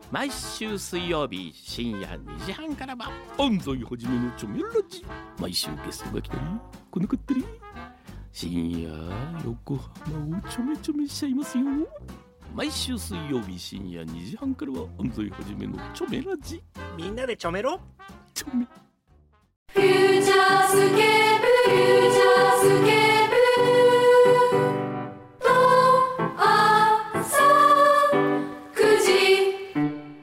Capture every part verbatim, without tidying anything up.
毎週水曜日深夜にじはんからは安西はじめのチョメラジ。毎週ゲストが来たり来なかったり、深夜横浜をちょめちょめしちゃいますよ。毎週水曜日深夜にじはんからは安西はじめのチョメラジ。 みんなでちょめろチョメ。 フューチャースケープ、フューチャースケープと朝くじ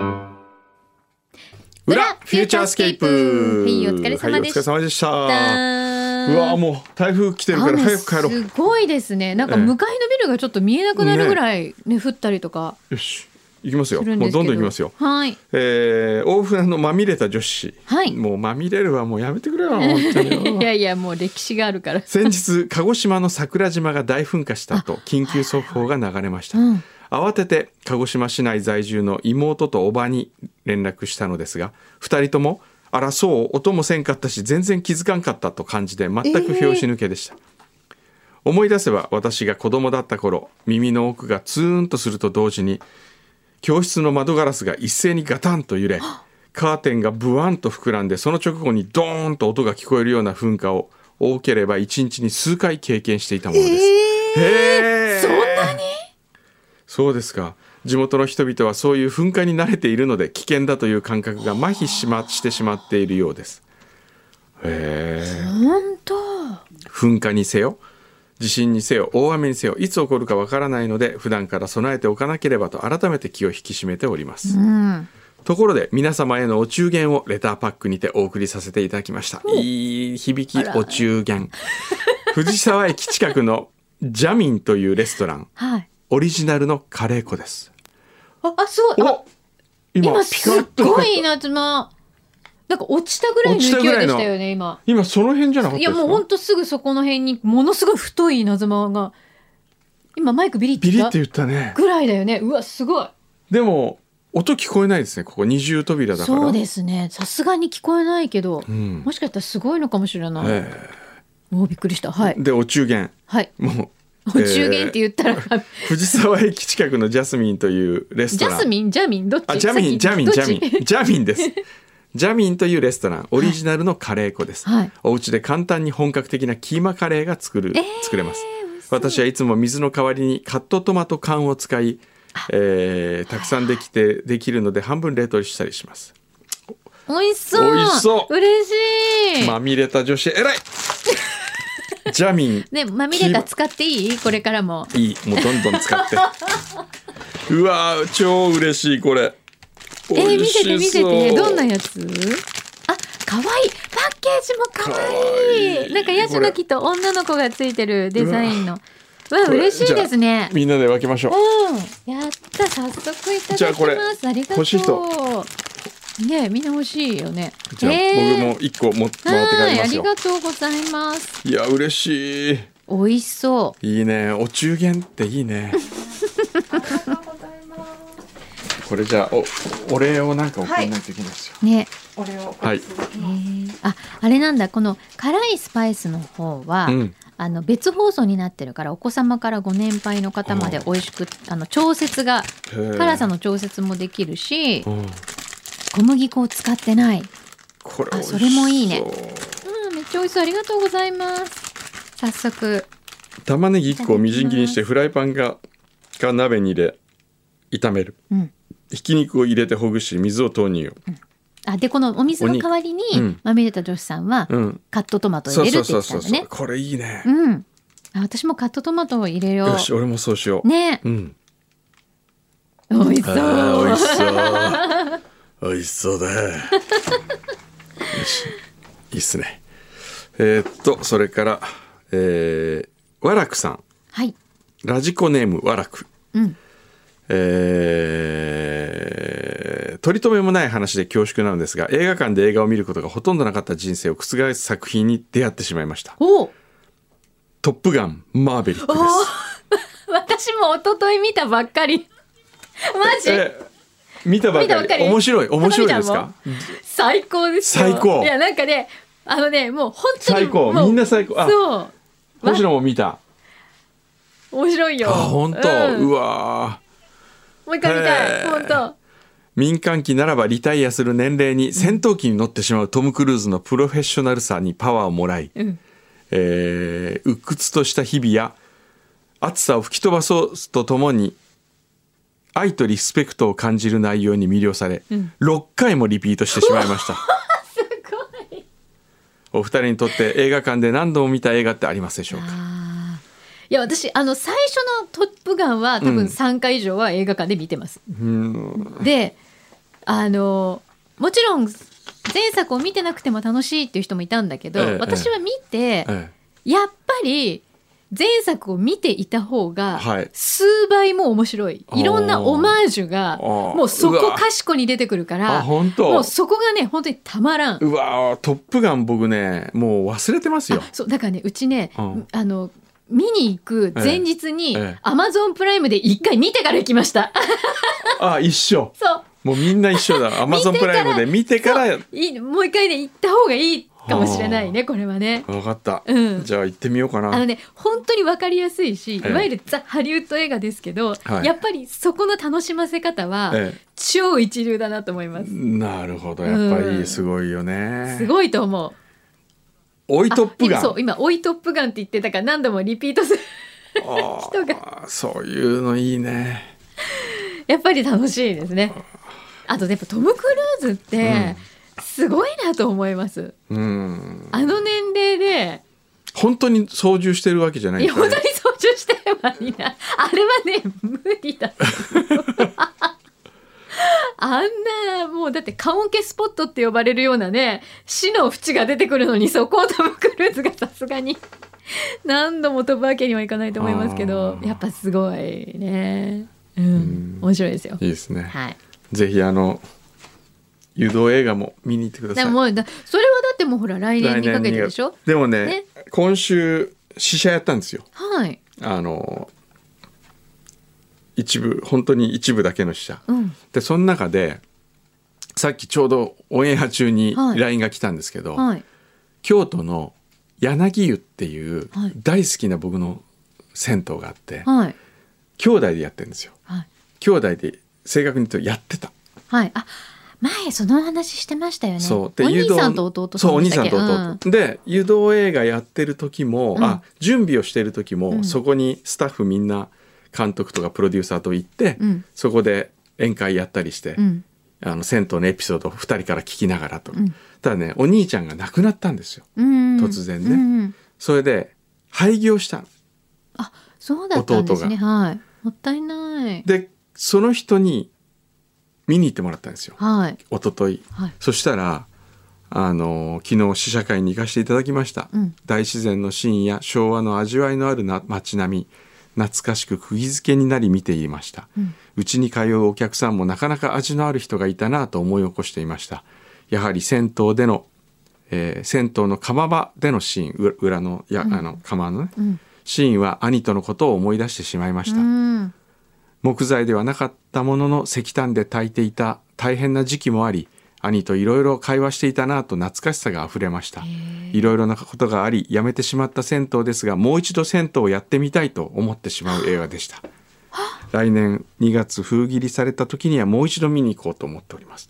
裏フューチャースケープ。 はいお疲れ様でした、 はい、お疲れ様でした。うわもう台風来てるから早く帰ろう。 すごいですね。なんか向かいのビルがちょっと見えなくなるぐらい、ねね、降ったりとか。 よし行きますよ。もうどんどん行きますよ。 はい、 えー、大船のまみれた女子、はい、もうまみれるはもうやめてくれよ本当に。 いやいやもう歴史があるから。 先日鹿児島の桜島が大噴火したと緊急速報が流れました、うん、慌てて鹿児島市内在住の妹と叔母に連絡したのですが、ふたりともあらそう音もせんかったし全然気づかんかったと感じで全く拍子抜けでした、えー、思い出せば私が子供だった頃、耳の奥がツーンとすると同時に教室の窓ガラスが一斉にガタンと揺れ、カーテンがブワンと膨らんで、その直後にドーンと音が聞こえるような噴火を多ければ一日に数回経験していたものです。 えー、へー、そんなに？ そうですか。地元の人々はそういう噴火に慣れているので危険だという感覚が麻痺しましてしまっているようです。へー、 本当。 噴火にせよ地震にせよ大雨にせよいつ起こるかわからないので普段から備えておかなければと改めて気を引き締めております、うん、ところで皆様へのお中元をレターパックにてお送りさせていただきました。いい響きお中元。藤沢駅近くのジャミンというレストラン、はい、オリジナルのカレー粉です。 ああすごい。あ今, 今すっごい稲妻なんか落ちたぐらいの勢いでしたよね。今今その辺じゃなかったですか。 いやもうほんとすぐそこの辺にものすごい太い稲妻が今マイクビリって言ったビリって言ったねぐらいだよね。うわすごい。 でも音聞こえないですね。ここ二重扉だから。 そうですね。さすがに聞こえないけど、うん、もしかしたらすごいのかもしれない。おびっくりした。はい。 でお中元、 はい、 もうお中元って言ったら、えー、 藤沢駅近くのジャスミンというレストラン。 ジャスミンジャミンどっち？ あジャミンジャミンジャミンジャミンですジャミンというレストランオリジナルのカレー粉です、はい、お家で簡単に本格的なキーマカレーが作る、えー、作れます。私はいつも水の代わりにカットトマト缶を使い、えー、たくさんできてできるので半分冷凍したりします。 おいしそう。 おいしそう。 嬉しい。 まみれた女子偉い。ジャミンね、まみれた使っていい？これからもいい。もうどんどん使ってうわ超嬉しいこれ。 えー、見せて見せて。どんなやつ？あ、かわいい。パッケージもかわいい。いいなんかヤシの木と女の子がついてるデザインの。うわ嬉しいですね。 みんなで分けましょう。 うん、やった早速いただきます。 じゃあこれありがとう。 欲しい人ね、みんな欲しいよね。 じゃあ、えー、僕も一個持ってもらって帰りますよ。 ありがとうございます。 いや嬉しい。 美味しそう。 いいね。お中元っていいね。これじゃあ お, お礼をなんか送らないといけないですよ、 はい、ね。 お礼をはい、えー、ああれなんだ。この辛いスパイスの方は、うん、あの別包装になってるからお子様からご年配の方まで美味しくあの調節が辛さの調節もできるし、小麦粉を使ってない。 これあそれもいいね。うん、めっちゃ美味しそう。ありがとうございます。早速玉ねぎいっこをみじん切りにしてフライパンがか鍋に入れ炒める、うん、ひき肉を入れてほぐし水を投入、うん、 あでこのお水の代わりに、うん、まみれた女子さんは、うん、カットトマトを入れるって言ってたんだね。 これいいね、 うん、あ私もカットトマトを入れよう。 よし俺もそうしようね、 うん、 美味しそう美味しそう美味しそうだよしいいっすね。えー、っとそれから、えー、わらくさん、 はい、 ラジコネームわらく、 うんえー、取り留めもない話で恐縮なのですが映画館で映画を見ることがほとんどなかった人生を覆す作品に出会ってしまいました。 おトップガンマーベリックです。 私も一昨日見たばっかりマジ、 えー見たばっかり。面白い面白いですか。 最高ですよ。 最高。 いやなんかねあのねもう本当に最高みんな最高。あそう星野も見た。 面白いよ。 あ本当、うん、うわもう一回見たい本当。 民間機ならばリタイアする年齢に戦闘機に乗ってしまうトム・クルーズのプロフェッショナルさにパワーをもらい、 うんえー、鬱屈とした日々や暑さを吹き飛ばそうとともに愛とリスペクトを感じる内容に魅了され、うん、ろっかいもリピートしてしまいましたすごい。 お二人にとって映画館で何度も見た映画ってありますでしょうか？ いや私あの最初のトップガンは多分さんかい以上は映画館で見てます、うん、であのもちろん前作を見てなくても楽しいっていう人もいたんだけど、ええ、私は見て、ええ、やっぱり前作を見ていた方が数倍も面白い、はい、いろんなオマージュがもうそこかしこに出てくるからもうそこがね本当にたまらん。 うわトップガン僕ねもう忘れてますよ。 そうだからねうちね、うん、あの見に行く前日にアマゾンプライムで一回見てから行きました。 あ一緒。 そうもうみんな一緒だ。アマゾンプライムで見てからいいもう一回ね行った方がいいかもしれないねこれはね。 分かった、 うん、 じゃあ行ってみようかな。 あのね本当に分かりやすいし、いわゆるザ・ハリウッド映画ですけど、はい、やっぱりそこの楽しませ方は超一流だなと思います。 なるほどやっぱりすごいよね、 うん、すごいと思う。 追いトップガン。 そう今追いトップガンって言ってたから何度もリピートする人がそういうのいいね。 やっぱり楽しいですね。あとやっぱトム・クルーズってすごいなと思います、うん、あの年齢で本当に操縦してるわけじゃないんですかね。 いや本当に操縦してればいいなあれはね無理だあんなもうだってカオンケスポットって呼ばれるようなね死の淵が出てくるのにそこをトム・クルーズがさすがに何度も飛ぶわけにはいかないと思いますけどやっぱすごいね、うん、うん、面白いですよ。 いいですね、 はい、 ぜひあの誘導映画も見に行ってください。 でもだそれはだってもうほら来年にかけてでしょ。 でも ね, ね今週試写やったんですよ。 はい。 あの一部本当に一部だけの試写、うん、でその中でさっきちょうどオンエア中に ライン が来たんですけど、はいはい、京都の柳湯っていう大好きな僕の銭湯があって、はい、兄弟でやってるんですよ、はい、兄弟で正確に言うとやってた、 はい、あ前その話してましたよね。 そうでお兄さんと弟そうお兄さんと弟、うん、で湯道映画やってる時も、うん、あ準備をしてる時も、うん、そこにスタッフみんな監督とかプロデューサーと行って、うん、そこで宴会やったりして、うん、あの銭湯のエピソードをふたりから聞きながらと、うん、ただねお兄ちゃんが亡くなったんですよ、うん、突然ね、うん、それで廃業したの。 あそうだったんですね。はい、もったいない。 でその人に見に行ってもらったんですよ、 はい、 一昨日、はい、そしたらあの昨日試写会に行かせていただきました、うん、大自然のシーンや昭和の味わいのあるな街並み懐かしく釘付けになり見ていました。うち、ん、に通うお客さんもなかなか味のある人がいたなと思い起こしていました。やはり銭湯での、えー、銭湯の釜場でのシーン裏のや、うん、あの釜のね、うん、シーンは兄とのことを思い出してしまいました、うん、木材ではなかったものの石炭で炊いていた大変な時期もあり兄といろいろ会話していたなと懐かしさがあふれました。いろいろなことがありやめてしまった銭湯ですがもう一度銭湯をやってみたいと思ってしまう映画でした。来年にがつ封切りされた時にはもう一度見に行こうと思っておりますと。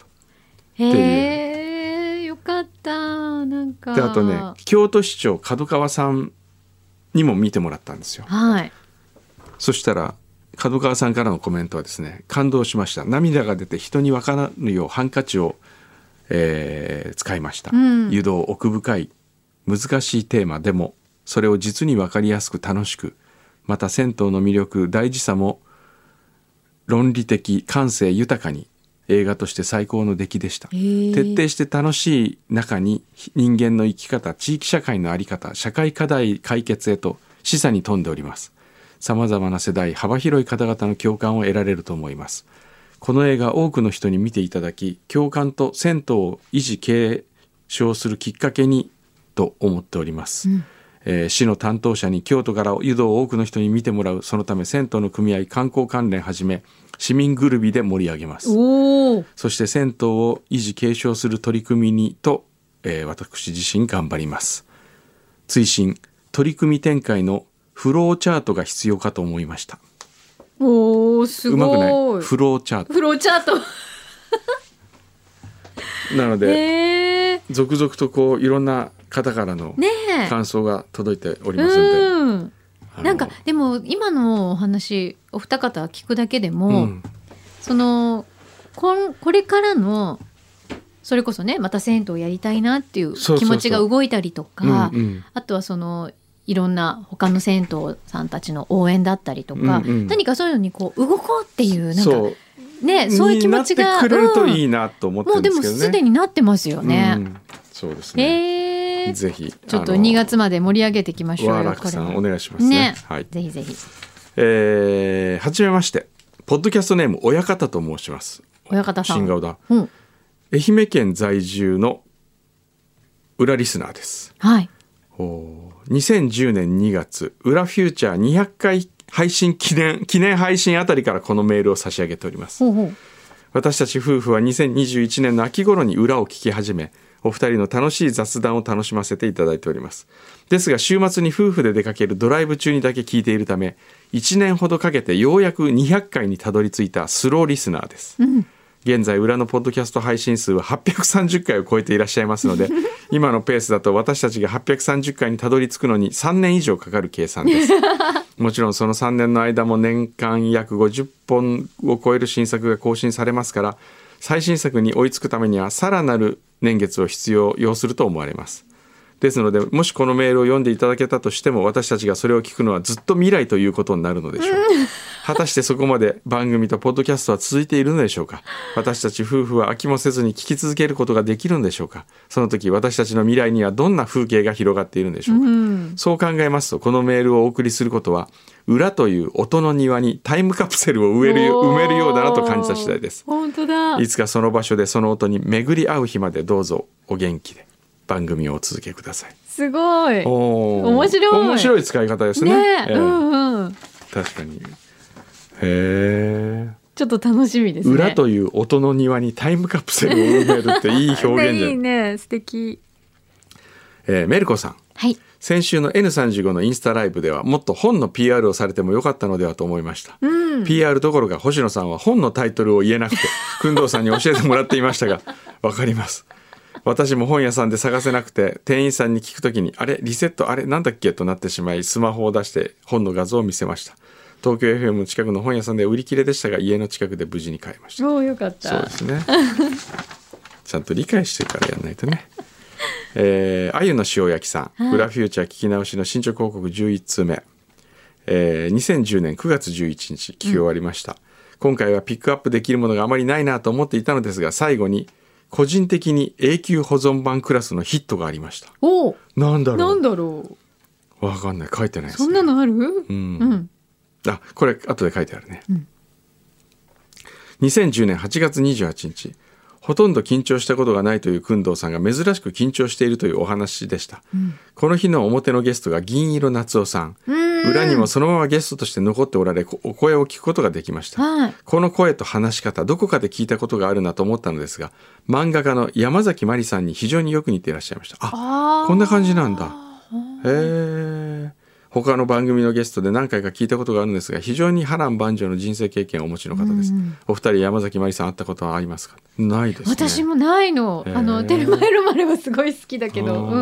へえよかったなんかであとね京都市長角川さんにも見てもらったんですよ、 はい、 そしたら角川さんからのコメントはですね感動しました。涙が出て人に分からぬようハンカチをえー、使いました、うん、湯道奥深い難しいテーマでもそれを実に分かりやすく楽しくまた銭湯の魅力大事さも論理的感性豊かに映画として最高の出来でした。徹底して楽しい中に人間の生き方地域社会の在り方社会課題解決へと示唆に富んでおります。さまざまな世代幅広い方々の共感を得られると思います。この映画多くの人に見ていただき共感と銭湯を維持継承するきっかけにと思っております、うんえー、市の担当者に京都から湯道を多くの人に見てもらうそのため銭湯の組合観光関連はじめ市民ぐるみで盛り上げます。 おそして銭湯を維持継承する取り組みにと、えー、私自身頑張ります。追伸取り組み展開のフローチャートが必要かと思いました。 おーすごい。 うまくないフローチャートフローチャートなので、 へー続々とこういろんな方からのねえ感想が届いておりますので、 うんあのなんかでも今のお話お二方聞くだけでも、 うんそのこんこれからのそれこそねまた銭湯をやりたいなっていうそうそうそう気持ちが動いたりとか、 うんうんあとはそのいろんな他の銭湯さんたちの応援だったりとか、 うんうん何かそういうのにこう動こうっていうなんかそうねそういう気持ちがになってくれるといい、 いなと思ってもうんでもるですけどね。 すでになってますよね。 うんそうですね。 えー、 ぜひちょっとあのにがつまで盛り上げていきましょうよ。 ワーラックさんこれはお願いしますね。 ねはい。 ぜひぜひ。 えー、はじめまして。ポッドキャストネーム親方と申します。 親方さん。 新顔だ。 うん、 愛媛県在住の裏リスナーです。 はい。 おにせんじゅうねんにがつ裏フューチャーにひゃっかい配信記念記念配信あたりからこのメールを差し上げております。 ほうほう。 私たち夫婦はにせんにじゅういちねんの秋頃に裏を聞き始め、お二人の楽しい雑談を楽しませていただいております。ですが週末に夫婦で出かけるドライブ中にだけ聞いているため、いちねんほどかけてようやくにひゃっかいにたどり着いたスローリスナーです。 うん現在裏のポッドキャスト配信数ははっぴゃくさんじゅっかいを超えていらっしゃいますので今のペースだと私たちがはっぴゃくさんじゅっかいにたどり着くのにさんねん以上かかる計算ですもちろんそのさんねんの間も年間約ごじゅっぽんを超える新作が更新されますから、最新作に追いつくためにはさらなる年月を必要要すると思われます。ですのでもしこのメールを読んでいただけたとしても、私たちがそれを聞くのはずっと未来ということになるのでしょう。果たしてそこまで番組とポッドキャストは続いているのでしょうか。私たち夫婦は飽きもせずに聞き続けることができるのでしょうか。その時私たちの未来にはどんな風景が広がっているのでしょうか。 うん、 そう考えますと、このメールをお送りすることは裏という音の庭にタイムカプセルを植える埋めるようだなと感じた次第です。 本当だ。 いつかその場所でその音に巡り合う日までどうぞお元気で番組をお続けください。 すごい。 おー面白い。 面白い使い方ですね。 ねえ、 ええうんうん。 確かに。へえ。 ちょっと楽しみですね。 裏という音の庭にタイムカプセルを埋めるっていい表現じゃない。 ね、いいね、素敵。 えーメルコさん。 はい。 先週の エヌさんじゅうご のインスタライブではもっと本の ピーアール をされてもよかったのではと思いました、 うん、 ピーアール どころか星野さんは本のタイトルを言えなくて工藤さんに教えてもらっていましたがわかります。私も本屋さんで探せなくて店員さんに聞くときにあれリセットあれなんだっけとなってしまい、スマホを出して本の画像を見せました。東京 エフエム の近くの本屋さんで売り切れでしたが家の近くで無事に買いました。 おー、よかった。 そうですねちゃんと理解してからやんないとね。えー、あゆの塩焼きさん、 はい、 裏フューチャー聞き直しの進捗報告じゅういち通目、えー、にせんじゅうねんくがつじゅういちにち聞き終わりました、うん、今回はピックアップできるものがあまりないなと思っていたのですが、最後に個人的に永久保存版クラスのヒットがありました。 おなんだろうなんだろうわかんない、書いてないですね。 そんなのある？うん、 うん、あ、これ後で書いてあるね、 うん、 にせんじゅうねんはちがつにじゅうはちにち、ほとんど緊張したことがないという工藤さんが珍しく緊張しているというお話でした、うん、この日の表のゲストが銀色夏夫さん、裏にもそのままゲストとして残っておられお声を聞くことができました、はい、この声と話し方どこかで聞いたことがあるなと思ったのですが、漫画家の山崎まりさんに非常によく似ていらっしゃいました。あ、こんな感じなんだ。へー。他の番組のゲストで何回か聞いたことがあるんですが、非常に波乱万丈の人生経験をお持ちの方です、うん、お二人山崎まりさん会ったことはありますか？ないですね。 私もないの。あのテルマエロマルはすごい好きだけど、うん、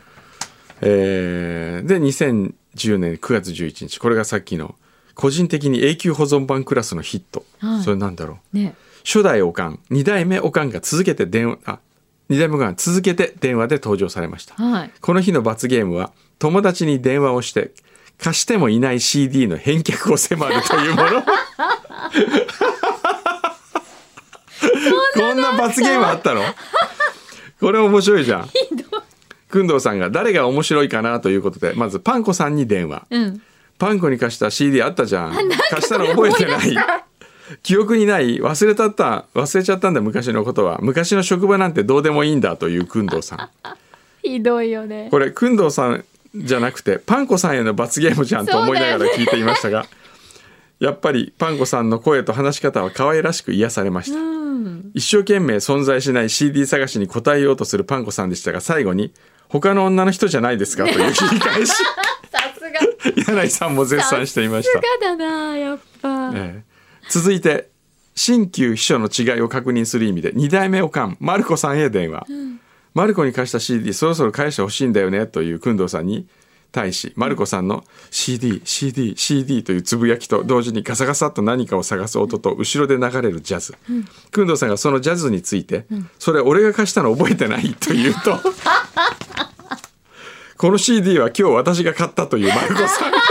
えー、でにせんじゅうねんくがつじゅういちにち、これがさっきの個人的に永久保存版クラスのヒット、はい、それなんだろう、ね、初代おかんに代目おかんが続けて電話あに代目おかんが続けて電話で登場されました、はい、この日の罰ゲームは友達に電話をして貸してもいない シーディー の返却を迫るというものこんな罰ゲームあったの？これ面白いじゃん。工藤さんが誰が面白いかなということで、まずパンコさんに電話、うん、パンコに貸した シーディー あったじゃん、貸したの覚えてない？記憶にない？忘れたった忘れちゃったんだ昔のことは。昔の職場なんてどうでもいいんだという工藤さんひどいよね。これ工藤さんじゃなくてパンコさんへの罰ゲームじゃんと思いながら聞いていましたが、やっぱりパンコさんの声と話し方は可愛らしく癒されました、うん、一生懸命存在しない シーディー 探しに答えようとするパンコさんでしたが、最後に他の女の人じゃないですかという切り返しさすが柳井さんも絶賛していました。 さすがだなやっぱ、 ええ、続いて新旧秘書の違いを確認する意味でに代目おかんマルコさんへ電話、うん、マルコに貸した シーディー そろそろ返してほしいんだよねという工藤さんに対し、マルコさんの シーディー、シーディー、シーディー というつぶやきと同時にガサガサっと何かを探す音と後ろで流れるジャズ、うん、工藤さんがそのジャズについて、うん、それ俺が貸したの覚えてないというとこの シーディー は今日私が買ったというマルコさん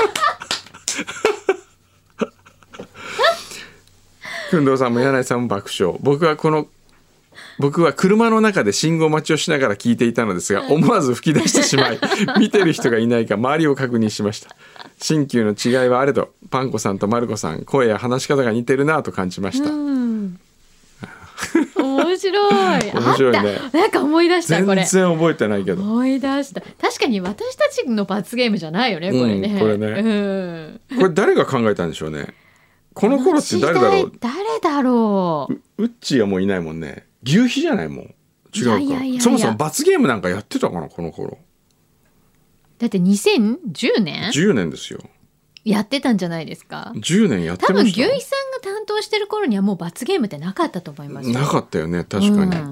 工藤さんも柳井さんも爆笑。僕はこの僕は車の中で信号待ちをしながら聞いていたのですが、思わず吹き出してしまい見てる人がいないか周りを確認しました。新旧の違いはあれどパンコさんとマルコさん声や話し方が似てるなと感じました。うん面白い面白いね。 なんか思い出したこれ。 全然覚えてないけど思い出した。確かに私たちの罰ゲームじゃないよねこれね、うん、 これね、うん、これ誰が考えたんでしょうね。この頃って誰だろう。 誰だろう。 う、うっちーはもういないもんね。牛皮じゃないもん。違うか。いやいやいやいや、そもそも罰ゲームなんかやってたかなこの頃。 だってにせんじゅうねんじゅうねんですよ。 やってたんじゃないですか。 じゅうねんやってました。 多分牛皮さんが担当してる頃にはもう罰ゲームってなかったと思いますよ。 なかったよね確かに、うん、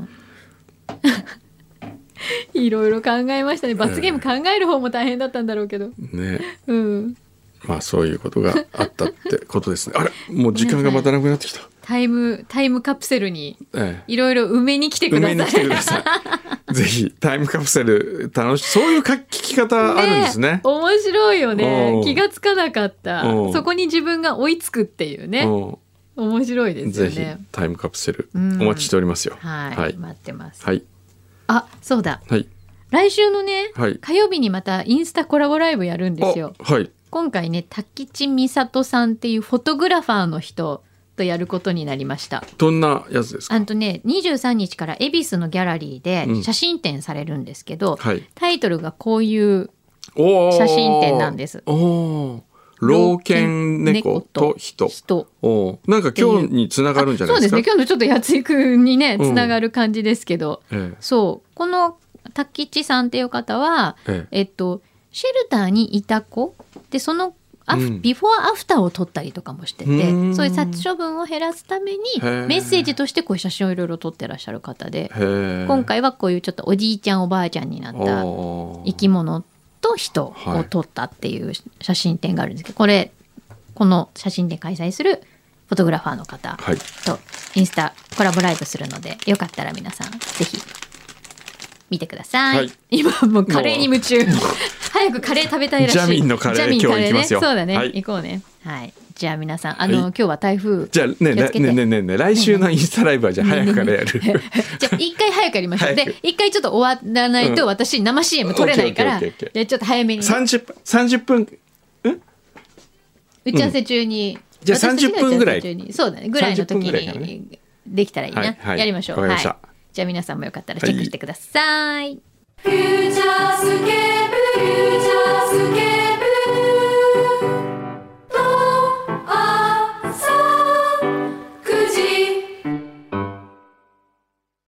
いろいろ考えましたね。罰ゲーム考える方も大変だったんだろうけどね、 うん、 まあそういうことがあったってことですね。あれもう時間がまたなくなってきた。 タイムタイムカプセルにいろいろ埋めに来てください、ええ、埋めに来てくださいぜひタイムカプセル楽しそういう聞き方あるんですね。 面白いよね。気がつかなかった。そこに自分が追いつくっていうね。面白いですよね。 ぜひタイムカプセルお待ちしておりますよ。 はい、はい、待ってます。 はい。 あ、そうだ。 はい。 来週のね、 はい、 火曜日にまたインスタコラボライブやるんですよ。 はい。 今回ね、滝地美里さんっていうフォトグラファーの人とやることになりました。 どんなやつですか。 あとね、にじゅうさんにちから恵比寿のギャラリーで写真展されるんですけど、うんはい、タイトルがこういう写真展なんです。 お老犬猫と人。 人おなんか今日につながるんじゃないですか。 そうですね。今日のちょっとやついくんにねつながる感じですけど、 うんええ、 そうこの滝地さんっていう方は、えええっと、シェルターにいた子でそのアフ、うん、ビフォーアフターを撮ったりとかもしてて、そういう殺処分を減らすためにメッセージとしてこういう写真をいろいろ撮ってらっしゃる方で、今回はこういうちょっとおじいちゃんおばあちゃんになった生き物と人を撮ったっていう写真展があるんですけど、これこの写真展開催するフォトグラファーの方とインスタコラボライブするので、よかったら皆さんぜひ見てください、はい、今もうカレーに夢中早くカレー食べたいらしい。 ジャミンのカレー今日行きますよ。 そうだね、 はい、 行こうね。はい。じゃあ皆さんあの、はい、今日は台風じゃあねねねねねね来週のインスタライブはじゃあ早くからやる。 じゃあ一回早くやりましょう。で一回ちょっと終わらないと私生 シーエム 撮れないから、じゃあちょっと早めにさんじゅっぷんさんじゅっぷんん打ち合わせ中に、うん、 じゃあさんじゅっぷんぐらいそうだねぐらいの時にできたらいいな、はいはい、やりましょう。 はい、 じゃあ皆さんもよかったらチェックしてください。 フューチャースケープフューチャースケープ